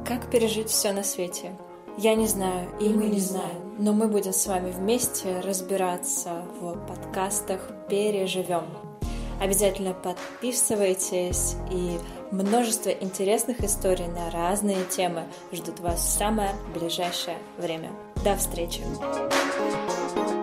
Как пережить все на свете? Я не знаю, и мы не знаем, но мы будем с вами вместе разбираться в подкастах «Переживем». Обязательно подписывайтесь, и множество интересных историй на разные темы ждут вас в самое ближайшее время. До встречи!